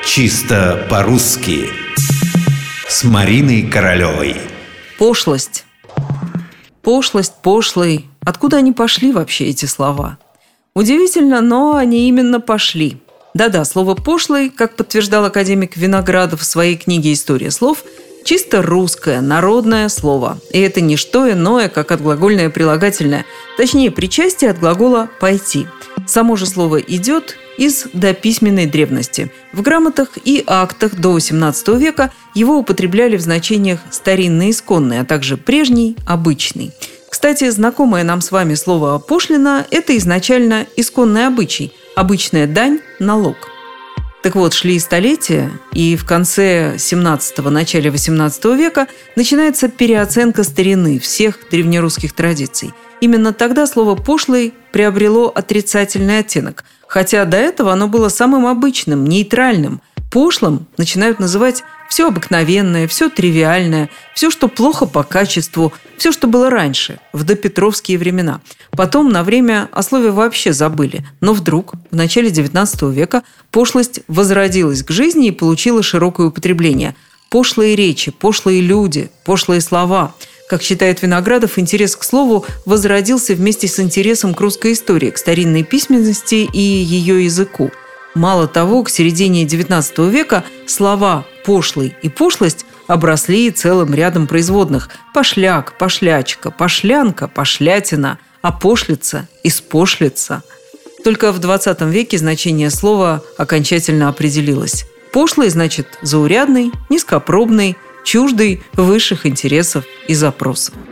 Чисто по-русски с Мариной Королевой. Пошлость. Пошлость, пошлый. Откуда они пошли вообще, эти слова? Удивительно, но они именно пошли. Да-да, слово «пошлый», как подтверждал академик Виноградов в своей книге «История слов», чисто русское, народное слово. И это не что иное, как отглагольное прилагательное. Точнее, причастие от глагола «пойти». Само же слово «идет» из дописьменной древности. В грамотах и актах до XVIII века его употребляли в значениях «старинный», «исконный», а также «прежний», «обычный». Кстати, знакомое нам с вами слово «пошлина» – это изначально исконный обычай, обычная дань, налог. Так вот, шли столетия, и в конце XVII – начале XVIII века начинается переоценка старины всех древнерусских традиций. Именно тогда слово «пошлый» приобрело отрицательный оттенок, хотя до этого оно было самым обычным, нейтральным. Пошлым начинают называть все обыкновенное, все тривиальное, все, что плохо по качеству, все, что было раньше, в допетровские времена. Потом на время о слове вообще забыли. Но вдруг, в начале XIX века, пошлость возродилась к жизни и получила широкое употребление. Пошлые речи, пошлые люди, пошлые слова. Как считает Виноградов, интерес к слову возродился вместе с интересом к русской истории, к старинной письменности и ее языку. Мало того, к середине XIX века слова «пошлый» и «пошлость» обросли целым рядом производных: пошляк, пошлячка, пошлянка, пошлятина, опошлица, испошлица. Только в XX веке значение слова окончательно определилось. Пошлый значит заурядный, низкопробный, чуждый высших интересов и запросов.